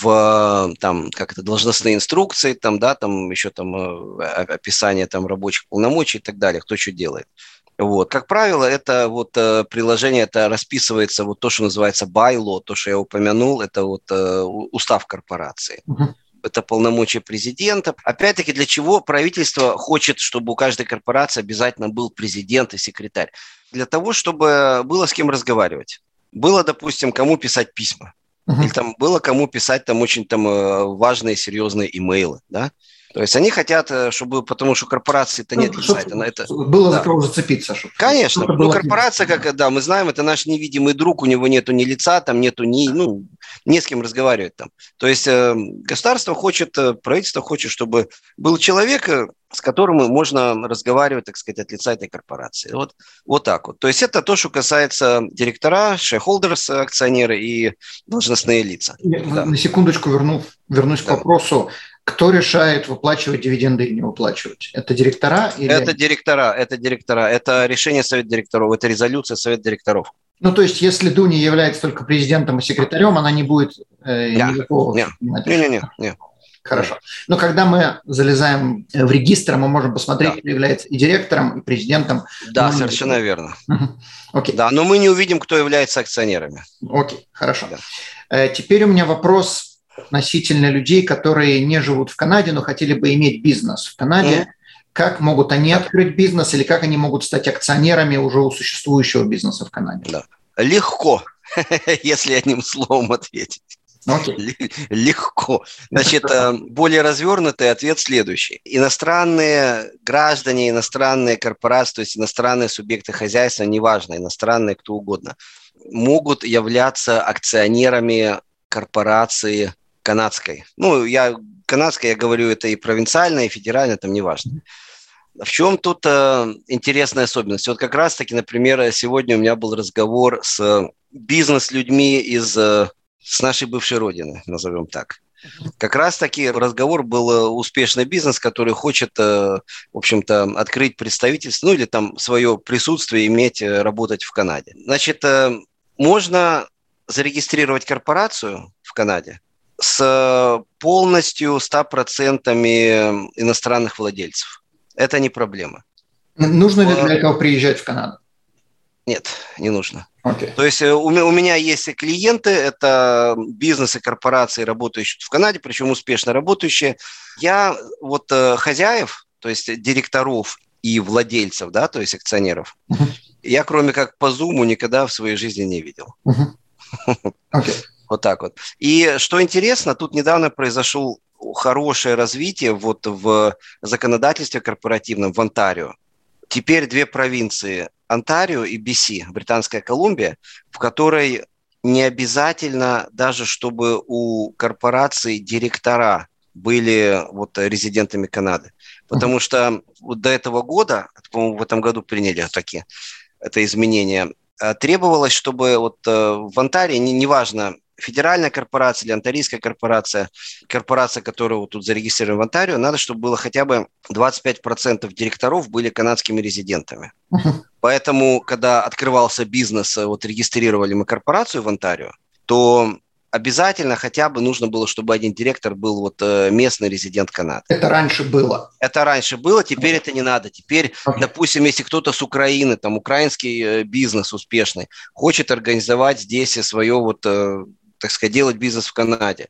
в там, как это, должностные инструкции, там, да, там еще там описание там, рабочих полномочий и так далее, кто что делает. Вот. Как правило, это вот приложение, это расписывается вот то, что называется bylaw, то, что я упомянул, это вот устав корпорации. Uh-huh. Это полномочия президента. Опять-таки, для чего правительство хочет, чтобы у каждой корпорации обязательно был президент и секретарь? Для того, чтобы было с кем разговаривать. Было, допустим, кому писать письма. Uh-huh. Или там было кому писать там очень там важные, серьезные имейлы, да? То есть они хотят, чтобы, потому что корпорации-то нет лица. Это, это, было да. за кого зацепиться. Чтобы, Конечно. Чтобы ну, корпорация, как, да, мы знаем, это наш невидимый друг, у него нету ни лица, там нету ни, ну, не с кем разговаривать там. То есть э, государство хочет, правительство хочет, чтобы был человек, с которым можно разговаривать, так сказать, от лица этой корпорации. Вот, вот так вот. То есть это то, что касается директора, shareholders, акционеры и должностные лица. Я, да. На секундочку верну, вернусь да. к вопросу. Кто решает, выплачивать дивиденды или не выплачивать? Это директора? Или... Это директора, это директора. Это решение совета директоров, это резолюция совета директоров. Ну, то есть, если Дуня является только президентом и секретарем, она не будет э, не, никакого... Не-не-не. Хорошо. Но когда мы залезаем в регистр, мы можем посмотреть, да. кто является и директором, и президентом. Да, совершенно не... верно. Окей. Да, но мы не увидим, кто является акционерами. Окей, хорошо. Да. Теперь у меня вопрос относительно людей, которые не живут в Канаде, но хотели бы иметь бизнес в Канаде. Mm. Как могут они открыть бизнес или как они могут стать акционерами уже у существующего бизнеса в Канаде? Да. Легко, если одним словом ответить. Okay. Легко. Значит, более развернутый ответ следующий. Иностранные граждане, иностранные корпорации, то есть иностранные субъекты хозяйства, неважно, иностранные, кто угодно, могут являться акционерами корпорации канадской. Ну, я канадской, я говорю, это и провинциальная, и федеральная, там неважно. В чем тут э, интересная особенность? Вот как раз-таки, например, сегодня у меня был разговор с бизнес-людьми из, э, с нашей бывшей родины, назовем так. Как раз-таки разговор был успешный бизнес, который хочет, э, в общем-то, открыть представительство, ну, или там свое присутствие иметь, работать в Канаде. Значит, э, можно зарегистрировать корпорацию в Канаде с полностью ста процентами иностранных владельцев. Это не проблема. Нужно ли для этого приезжать в Канаду? Нет, не нужно. Okay. То есть у, у меня есть клиенты, это бизнесы, корпорации, работающие в Канаде, причем успешно работающие. Я вот хозяев, то есть директоров и владельцев, да, то есть акционеров, uh-huh. я кроме как по Zoom никогда в своей жизни не видел. Uh-huh. Okay. Вот так вот. И что интересно, тут недавно произошло хорошее развитие вот в законодательстве корпоративном в Онтарио. Теперь две провинции, Онтарио и би си, Британская Колумбия, в которой не обязательно даже, чтобы у корпораций директора были вот резидентами Канады. Потому что вот до этого года, по-моему, в этом году приняли такие это изменение, требовалось, чтобы вот в Онтарио, неважно, федеральная корпорация или онтарийская корпорация, корпорация, которая вот тут зарегистрирована в Онтарио, надо, чтобы было хотя бы двадцать пять процентов директоров были канадскими резидентами. Uh-huh. Поэтому, когда открывался бизнес, вот регистрировали мы корпорацию в Онтарио, то обязательно хотя бы нужно было, чтобы один директор был вот местный резидент Канады. Это раньше было? Это раньше было, теперь okay. это не надо. Теперь, okay. допустим, если кто-то с Украины, там, украинский бизнес успешный, хочет организовать здесь свое вот... так сказать, делать бизнес в Канаде,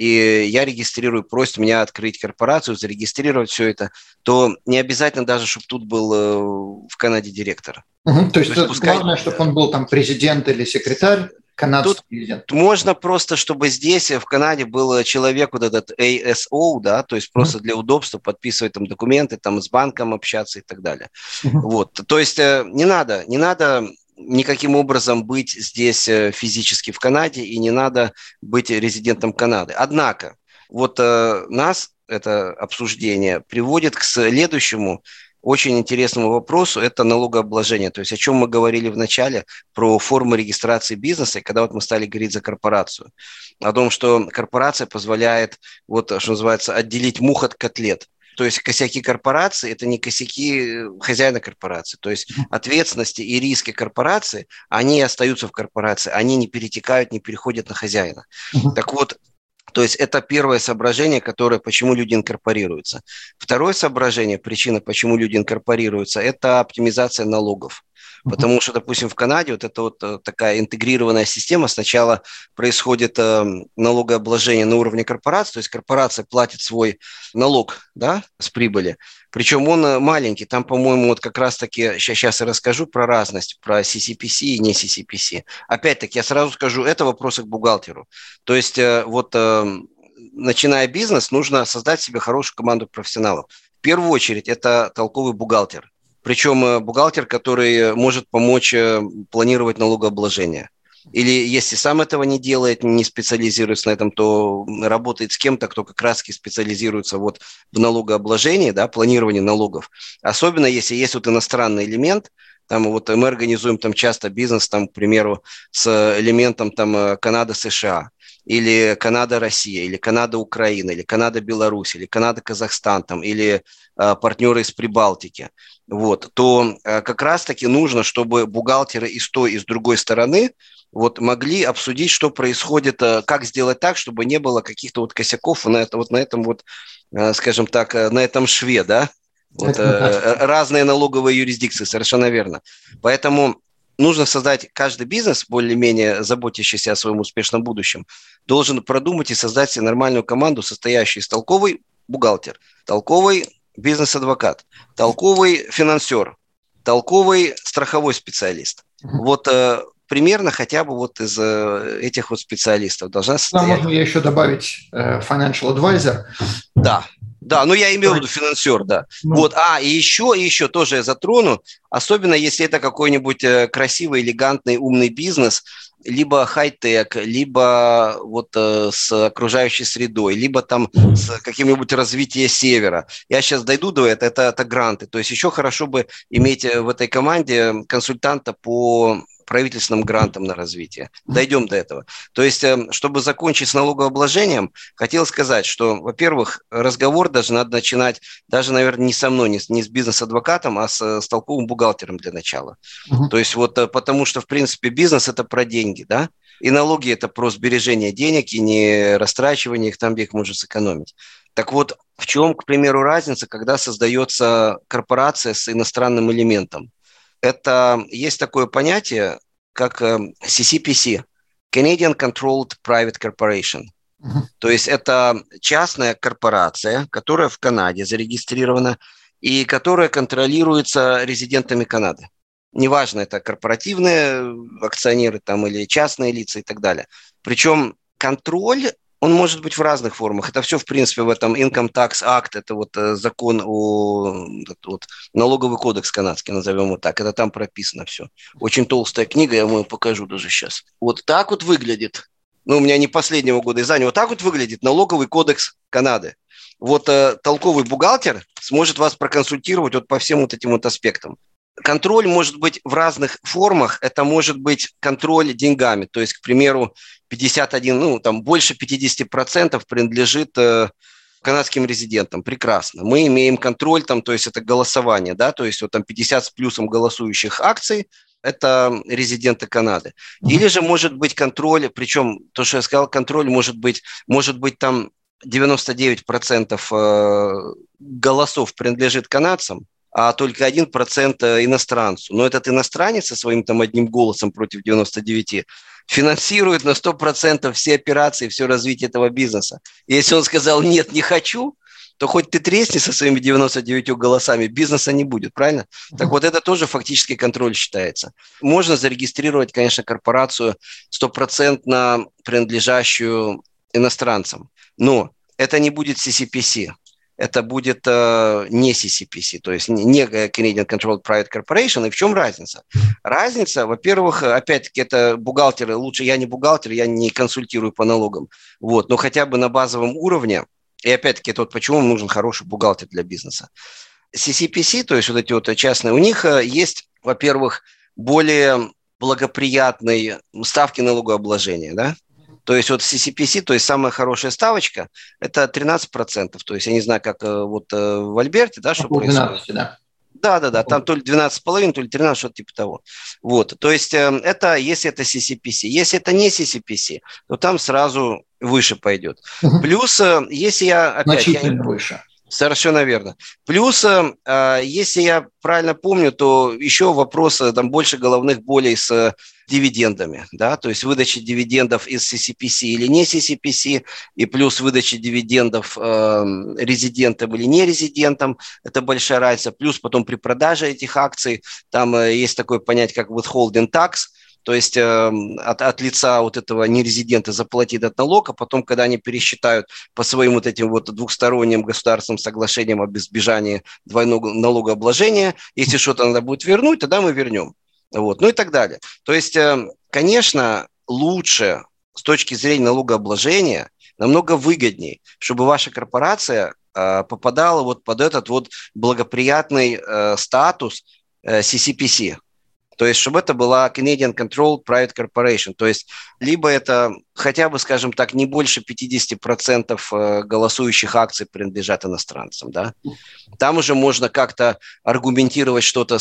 и я регистрирую, просит меня открыть корпорацию, зарегистрировать все это, то не обязательно даже, чтобы тут был э, в Канаде директор. Угу, то есть, то есть пускай... главное, чтобы он был там президент или секретарь, канадский президент. Тут можно просто, чтобы здесь, в Канаде, был человек, вот этот эй эс о, да, то есть просто угу. для удобства подписывать там документы, там с банком общаться и так далее. Угу. Вот, то есть э, не надо, не надо... никаким образом быть здесь физически в Канаде и не надо быть резидентом Канады. Однако, вот э, нас это обсуждение приводит к следующему очень интересному вопросу, это налогообложение. То есть о чем мы говорили в начале про формы регистрации бизнеса, и когда вот мы стали говорить за корпорацию. О том, что корпорация позволяет, вот что называется, отделить мух от котлет. То есть косяки корпорации – это не косяки хозяина корпорации. То есть ответственности и риски корпорации, они остаются в корпорации, они не перетекают, не переходят на хозяина. Uh-huh. Так вот, то есть это первое соображение, которое, почему люди инкорпорируются. Второе соображение, причина, почему люди инкорпорируются, это оптимизация налогов. Потому что, допустим, в Канаде вот это вот такая интегрированная система. Сначала происходит э, налогообложение на уровне корпорации, то есть корпорация платит свой налог, да, с прибыли. Причем он маленький. Там, по-моему, вот как раз-таки, сейчас я расскажу про разность, про си си пи си и не си си пи си. Опять-таки, я сразу скажу, это вопросы к бухгалтеру. То есть э, вот э, начиная бизнес, нужно создать себе хорошую команду профессионалов. В первую очередь, это толковый бухгалтер. Причем бухгалтер, который может помочь планировать налогообложение. Или если сам этого не делает, не специализируется на этом, то работает с кем-то, кто как раз-таки специализируется вот в налогообложении, да, планировании налогов. Особенно если есть вот иностранный элемент. Там вот мы организуем там часто бизнес, там, к примеру, с элементом там Канада-США. Или Канада-Россия, или Канада-Украина, или Канада-Беларусь, или Канада-Казахстан, там, или э, партнеры из Прибалтики, вот, то э, как раз-таки нужно, чтобы бухгалтеры и с той, и с другой стороны вот, могли обсудить, что происходит, э, как сделать так, чтобы не было каких-то вот косяков на, это, вот на этом вот, э, скажем так, на этом шве, да, вот, э, разные налоговые юрисдикции, совершенно верно. Поэтому нужно создать, каждый бизнес, более-менее заботящийся о своем успешном будущем, должен продумать и создать себе нормальную команду, состоящую из толковый бухгалтер, толковый бизнес-адвокат, толковый финансер, толковый страховой специалист. Вот э, примерно хотя бы вот из э, этих вот специалистов должна состоять. Можно я еще добавить э, financial advisor? Да. Да, ну я имел в виду финансер, да. Ну. Вот, а, и еще, и еще тоже я затрону, особенно если это какой-нибудь красивый, элегантный, умный бизнес, либо хай-тек, либо вот э, с окружающей средой, либо там с каким-нибудь развитием севера. Я сейчас дойду до этого, это, это гранты. То есть еще хорошо бы иметь в этой команде консультанта по правительственным грантам на развитие. Дойдем до этого. То есть, чтобы закончить с налогообложением, хотел сказать, что, во-первых, разговор даже надо начинать, даже, наверное, не со мной, не с, не с бизнес-адвокатом, а с, с толковым бухгалтером для начала. Uh-huh. То есть, вот потому что, в принципе, бизнес – это про деньги, да? И налоги – это про сбережение денег и не растрачивание их там, где их можно сэкономить. Так вот, в чем, к примеру, разница, когда создается корпорация с иностранным элементом? Это есть такое понятие, как си си пи си – Canadian Controlled Private Corporation. Uh-huh. То есть это частная корпорация, которая в Канаде зарегистрирована и которая контролируется резидентами Канады. Неважно, это корпоративные акционеры там, или частные лица и так далее. Причем контроль, он может быть в разных формах. Это все, в принципе, в этом Income Tax Act, это вот закон о вот, налоговый кодекс канадский, назовем его так. Это там прописано все. Очень толстая книга, я вам ее покажу даже сейчас. Вот так вот выглядит. Ну, у меня не последнего года издания. Вот так вот выглядит налоговый кодекс Канады. Вот э, толковый бухгалтер сможет вас проконсультировать вот по всем вот этим вот аспектам. Контроль может быть в разных формах. Это может быть контроль деньгами. То есть, к примеру, пятьдесят один, ну, там больше пятьдесят процентов принадлежит э, канадским резидентам. Прекрасно. Мы имеем контроль, там, то есть это голосование, да, то есть вот там пятьдесят с плюсом голосующих акций – это резиденты Канады. Или же может быть контроль, причем то, что я сказал, контроль может быть, может быть там девяносто девять процентов э, голосов принадлежит канадцам, а только один процент иностранцу. Но этот иностранец со своим там одним голосом против девяноста девяти финансирует на сто процентов все операции, все развитие этого бизнеса. И если он сказал «нет, не хочу», то хоть ты тресни со своими девяноста девятью голосами, бизнеса не будет, правильно? Так вот, это тоже фактически контроль считается. Можно зарегистрировать, конечно, корпорацию стопроцентно принадлежащую иностранцам, но это не будет си си пи си. Это будет э, не си си пи си, то есть не Canadian Controlled Private Corporation. И в чем разница? Разница, во-первых, опять-таки, это бухгалтеры, лучше я не бухгалтер, я не консультирую по налогам, вот, но хотя бы на базовом уровне, и опять-таки, это вот почему нужен хороший бухгалтер для бизнеса. си си пи си, то есть вот эти вот частные, у них есть, во-первых, более благоприятные ставки налогообложения, да? То есть вот си си пи си, то есть самая хорошая ставочка, это тринадцать процентов. То есть я не знаю, как вот в Альберте, да, что происходит. Да. Да, да, да, там то ли двенадцать с половиной, то ли тринадцать, что-то типа того. Вот, то есть это, если это си си пи си. Если это не си си пи си, то там сразу выше пойдет. Угу. Плюс, если я... Опять, Значительно я, выше. Совершенно верно. Плюс, если я правильно помню, то еще вопрос, там больше головных болей с дивидендами, да, то есть выдача дивидендов из си си пи си или не си си пи си, и плюс выдача дивидендов э, резидентам или не резидентам, это большая разница. Плюс потом при продаже этих акций, там э, есть такое понятие, как withholding tax, то есть э, от, от лица вот этого нерезидента заплатит этот налог, а потом, когда они пересчитают по своим вот этим вот двухсторонним государственным соглашениям об избежании двойного налогообложения, если что-то надо будет вернуть, тогда мы вернем. Вот, ну и так далее. То есть, э, конечно, лучше с точки зрения налогообложения, намного выгоднее, чтобы ваша корпорация э, попадала вот под этот вот благоприятный э, статус э, си си пи си. То есть, чтобы это была Canadian Controlled Private Corporation. То есть, либо это хотя бы, скажем так, не больше пятьдесят процентов голосующих акций принадлежат иностранцам. Да? Там уже можно как-то аргументировать что-то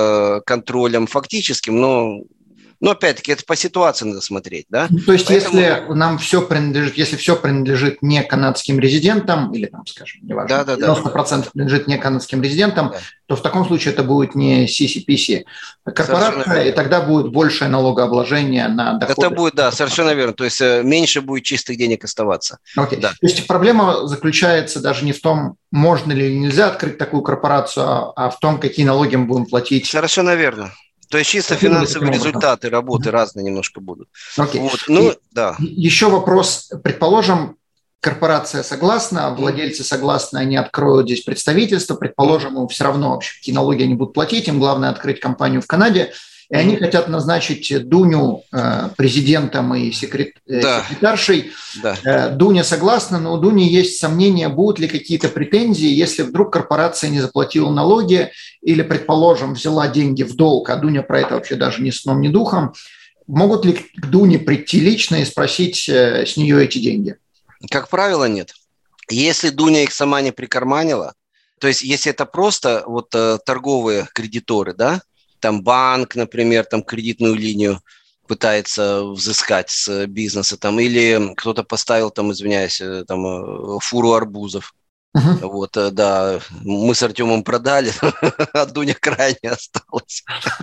с контролем фактическим, но... Но опять-таки это по ситуации надо смотреть, да? То есть, Поэтому... если нам все принадлежит, если все принадлежит не канадским резидентам, или там, скажем, неважно, да, да, девяносто процентов да. принадлежит не канадским резидентам, да. то в таком случае это будет не си си пи си корпорация, и тогда будет большее налогообложение на доходы. Это будет, да, совершенно верно. То есть меньше будет чистых денег оставаться. Окей. Да. То есть проблема заключается даже не в том, можно ли или нельзя открыть такую корпорацию, а в том, какие налоги мы будем платить. Совершенно верно. То есть чисто финансовые результаты работы разные немножко будут. Okay. Вот. Ну, да. Еще вопрос. Предположим, корпорация согласна, владельцы согласны, они откроют здесь представительство. Предположим, им все равно вообще какие налоги они будут платить. Им главное открыть компанию в Канаде. и mm-hmm. они хотят назначить Дуню э, президентом и секрет... да. секретаршей. Да. Э, Дуня согласна, но у Дуни есть сомнения, будут ли какие-то претензии, если вдруг корпорация не заплатила налоги или, предположим, взяла деньги в долг, а Дуня про это вообще даже ни сном, ни духом. Могут ли к Дуне прийти лично и спросить э, с нее эти деньги? Как правило, нет. Если Дуня их сама не прикарманила, то есть если это просто вот э, торговые кредиторы, да, там банк, например, там кредитную линию пытается взыскать с бизнеса, там, или кто-то поставил, там, извиняюсь, там, фуру арбузов. Uh-huh. Вот, да, мы с Артемом продали, а Дуня крайне осталась.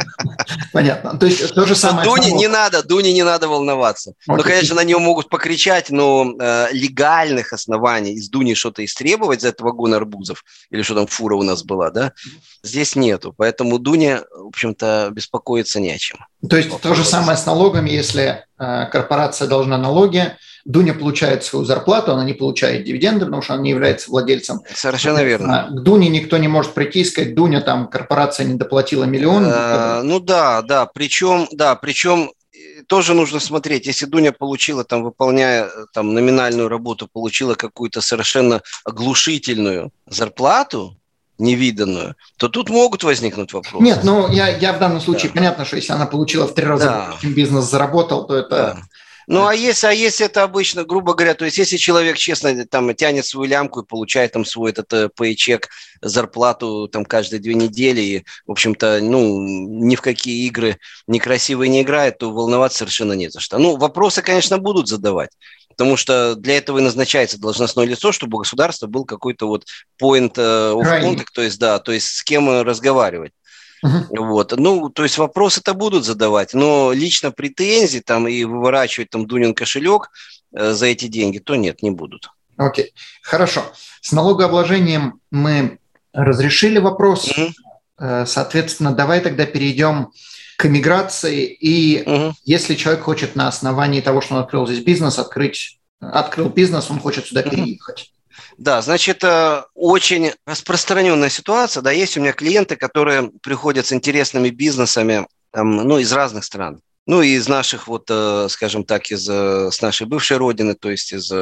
Понятно. То есть то же самое. Дуне не надо, Дуне не надо волноваться. Okay. Ну, конечно, на нее могут покричать, но э, легальных оснований из Дуни что-то истребовать за этот вагон арбузов, или что там фура у нас была, да, здесь нету. Поэтому Дуне, в общем-то, беспокоиться не о чем. То есть то же самое с налогами, если э, корпорация должна налоги, Дуня получает свою зарплату, она не получает дивиденды, потому что она не является владельцем. Совершенно верно. К Дуне никто не может прийти и сказать: Дуня, там корпорация не доплатила миллион. А, ну да, да, причем, да, причем тоже нужно смотреть, если Дуня получила, там, выполняя там номинальную работу, получила какую-то совершенно оглушительную зарплату, невиданную, то тут могут возникнуть вопросы. Нет, ну я, я в данном случае, да. Понятно, что если она получила в три раза да. больше, чем бизнес заработал, то это... Да. Ну, а если, а если это обычно, грубо говоря, то есть если человек честно там тянет свою лямку и получает там свой этот пейчек, зарплату там каждые две недели и, в общем-то, ну, ни в какие игры некрасивые не играет, то волноваться совершенно не за что. Ну, вопросы, конечно, будут задавать, потому что для этого и назначается должностное лицо, чтобы у государства был какой-то вот point of contact, то есть, да, то есть с кем разговаривать. Uh-huh. Вот. Ну, то есть вопросы-то будут задавать, но лично претензий там и выворачивать там Дунин кошелек э, за эти деньги, то нет, не будут. Окей, okay. Хорошо. С налогообложением мы разрешили вопрос. Uh-huh. Соответственно, давай тогда перейдем к иммиграции. И uh-huh. если человек хочет на основании того, что он открыл здесь бизнес, открыть, открыл бизнес, он хочет сюда uh-huh. переехать. Да, значит, очень распространенная ситуация. Да, есть у меня клиенты, которые приходят с интересными бизнесами, там, ну, из разных стран. Ну, и из наших, вот, скажем так, из, с нашей бывшей родины, то есть из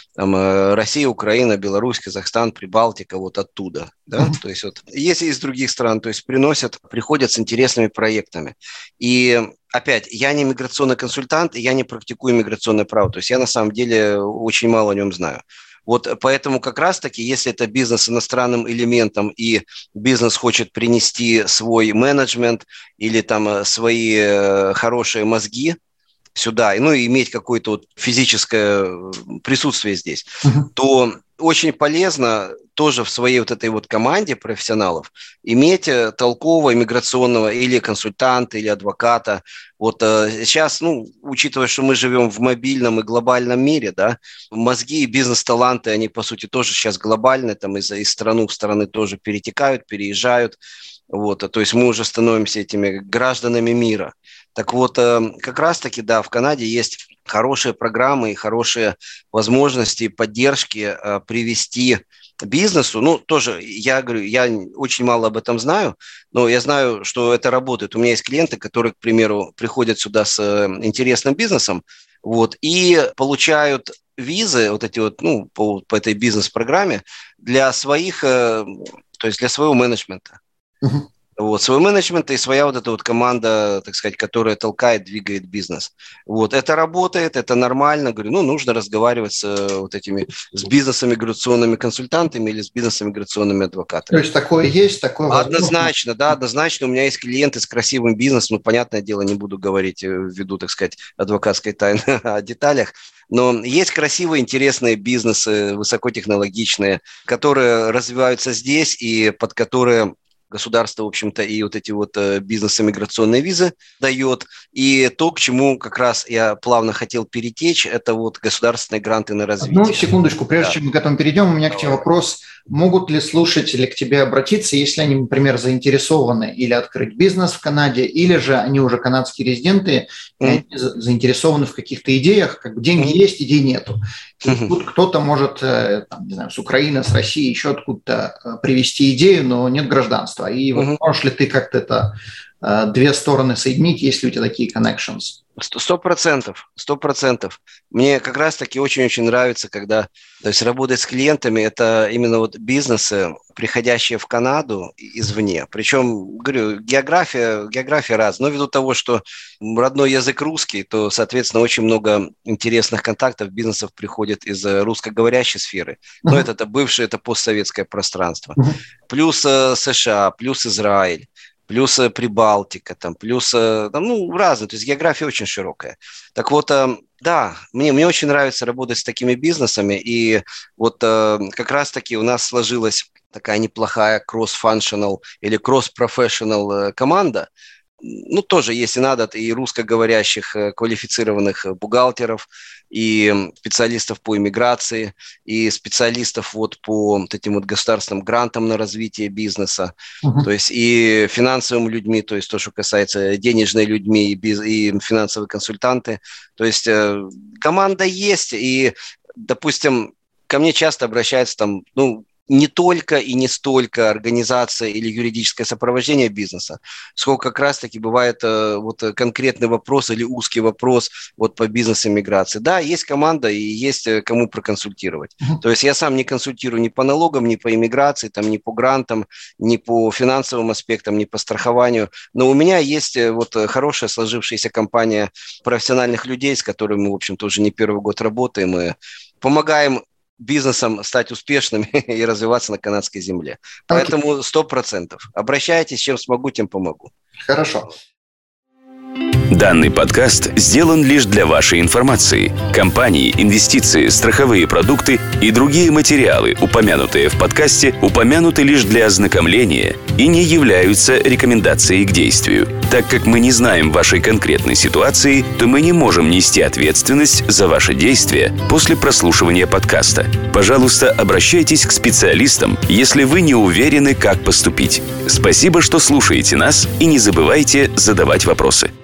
там, России, Украина, Беларусь, Казахстан, Прибалтика, вот оттуда. Да? То есть вот, есть из других стран, то есть приносят, приходят с интересными проектами. И опять, я не миграционный консультант, и я не практикую миграционное право. То есть я на самом деле очень мало о нем знаю. Вот поэтому как раз-таки, если это бизнес с иностранным элементом и бизнес хочет принести свой менеджмент или там свои хорошие мозги сюда, ну и иметь какое-то вот физическое присутствие здесь, uh-huh. то очень полезно тоже в своей вот этой вот команде профессионалов иметь толкового иммиграционного или консультанта, или адвоката. Вот сейчас, ну, учитывая, что мы живем в мобильном и глобальном мире, да, мозги и бизнес-таланты, они, по сути, тоже сейчас глобальные, там из, из страны в страны тоже перетекают, переезжают. Вот, то есть мы уже становимся этими гражданами мира. Так вот, как раз-таки, да, в Канаде есть хорошие программы и хорошие возможности поддержки привести бизнесу. Ну, тоже, я говорю, я очень мало об этом знаю, но я знаю, что это работает. У меня есть клиенты, которые, к примеру, приходят сюда с интересным бизнесом, вот, и получают визы, вот эти вот, ну, по, по этой бизнес-программе для своих, то есть для своего менеджмента. Uh-huh. Вот, свой менеджмент и своя вот эта вот команда, так сказать, которая толкает, двигает бизнес. Вот, это работает, это нормально. Говорю, ну, нужно разговаривать с вот этими, с бизнес-миграционными консультантами или с бизнес-миграционными адвокатами. То есть такое есть, такое возможно? Однозначно, да, однозначно. У меня есть клиенты с красивым бизнесом, ну, понятное дело, не буду говорить ввиду, так сказать, адвокатской тайны о деталях, но есть красивые, интересные бизнесы, высокотехнологичные, которые развиваются здесь и под которые государство, в общем-то, и вот эти вот бизнес-иммиграционные визы дает. И то, к чему как раз я плавно хотел перетечь, это вот государственные гранты на развитие. Ну, секундочку, прежде да. чем мы к этому перейдем, у меня к тебе вопрос. Могут ли слушатели к тебе обратиться, если они, например, заинтересованы или открыть бизнес в Канаде, или же они уже канадские резиденты, и mm-hmm. они заинтересованы в каких-то идеях, как бы деньги mm-hmm. есть, идей нету. И mm-hmm. тут кто-то может, там, не знаю, с Украины, с России, еще откуда-то привести идею, но нет гражданства. И вот mm-hmm. можешь ли ты как-то это две стороны соединить, есть ли у тебя такие connections? Сто процентов, сто процентов. Мне как раз-таки очень-очень нравится, когда, то есть работать с клиентами, это именно вот бизнесы, приходящие в Канаду извне. Причем, говорю, география, география разная. Но ввиду того, что родной язык русский, то, соответственно, очень много интересных контактов бизнесов приходит из русскоговорящей сферы. Но uh-huh. это, это бывшее, это постсоветское пространство. Uh-huh. Плюс э, США, плюс Израиль. Плюс Прибалтика, там, плюс, там, ну, разные, то есть география очень широкая. Так вот, да, мне, мне очень нравится работать с такими бизнесами, и вот как раз-таки у нас сложилась такая неплохая cross-functional или cross-professional команда. Ну, тоже, если надо, и русскоговорящих квалифицированных бухгалтеров, и специалистов по иммиграции, и специалистов вот по вот этим вот государственным грантам на развитие бизнеса, uh-huh. то есть и финансовыми людьми, то есть то, что касается денежной людьми, и, биз, и финансовые консультанты. То есть э, команда есть, и, допустим, ко мне часто обращаются там, ну, не только и не столько организация или юридическое сопровождение бизнеса, сколько как раз-таки бывает э, вот конкретный вопрос или узкий вопрос вот по бизнес-иммиграции. Да, есть команда и есть кому проконсультировать. Uh-huh. То есть я сам не консультирую ни по налогам, ни по иммиграции, там, ни по грантам, ни по финансовым аспектам, ни по страхованию. Но у меня есть вот хорошая сложившаяся компания профессиональных людей, с которыми мы, в общем-то, уже не первый год работаем и помогаем бизнесом стать успешным и развиваться на канадской земле. Okay. Поэтому сто процентов. Обращайтесь, чем смогу, тем помогу. Хорошо. Данный подкаст сделан лишь для вашей информации. Компании, инвестиции, страховые продукты и другие материалы, упомянутые в подкасте, упомянуты лишь для ознакомления и не являются рекомендацией к действию. Так как мы не знаем вашей конкретной ситуации, то мы не можем нести ответственность за ваши действия после прослушивания подкаста. Пожалуйста, обращайтесь к специалистам, если вы не уверены, как поступить. Спасибо, что слушаете нас, и не забывайте задавать вопросы.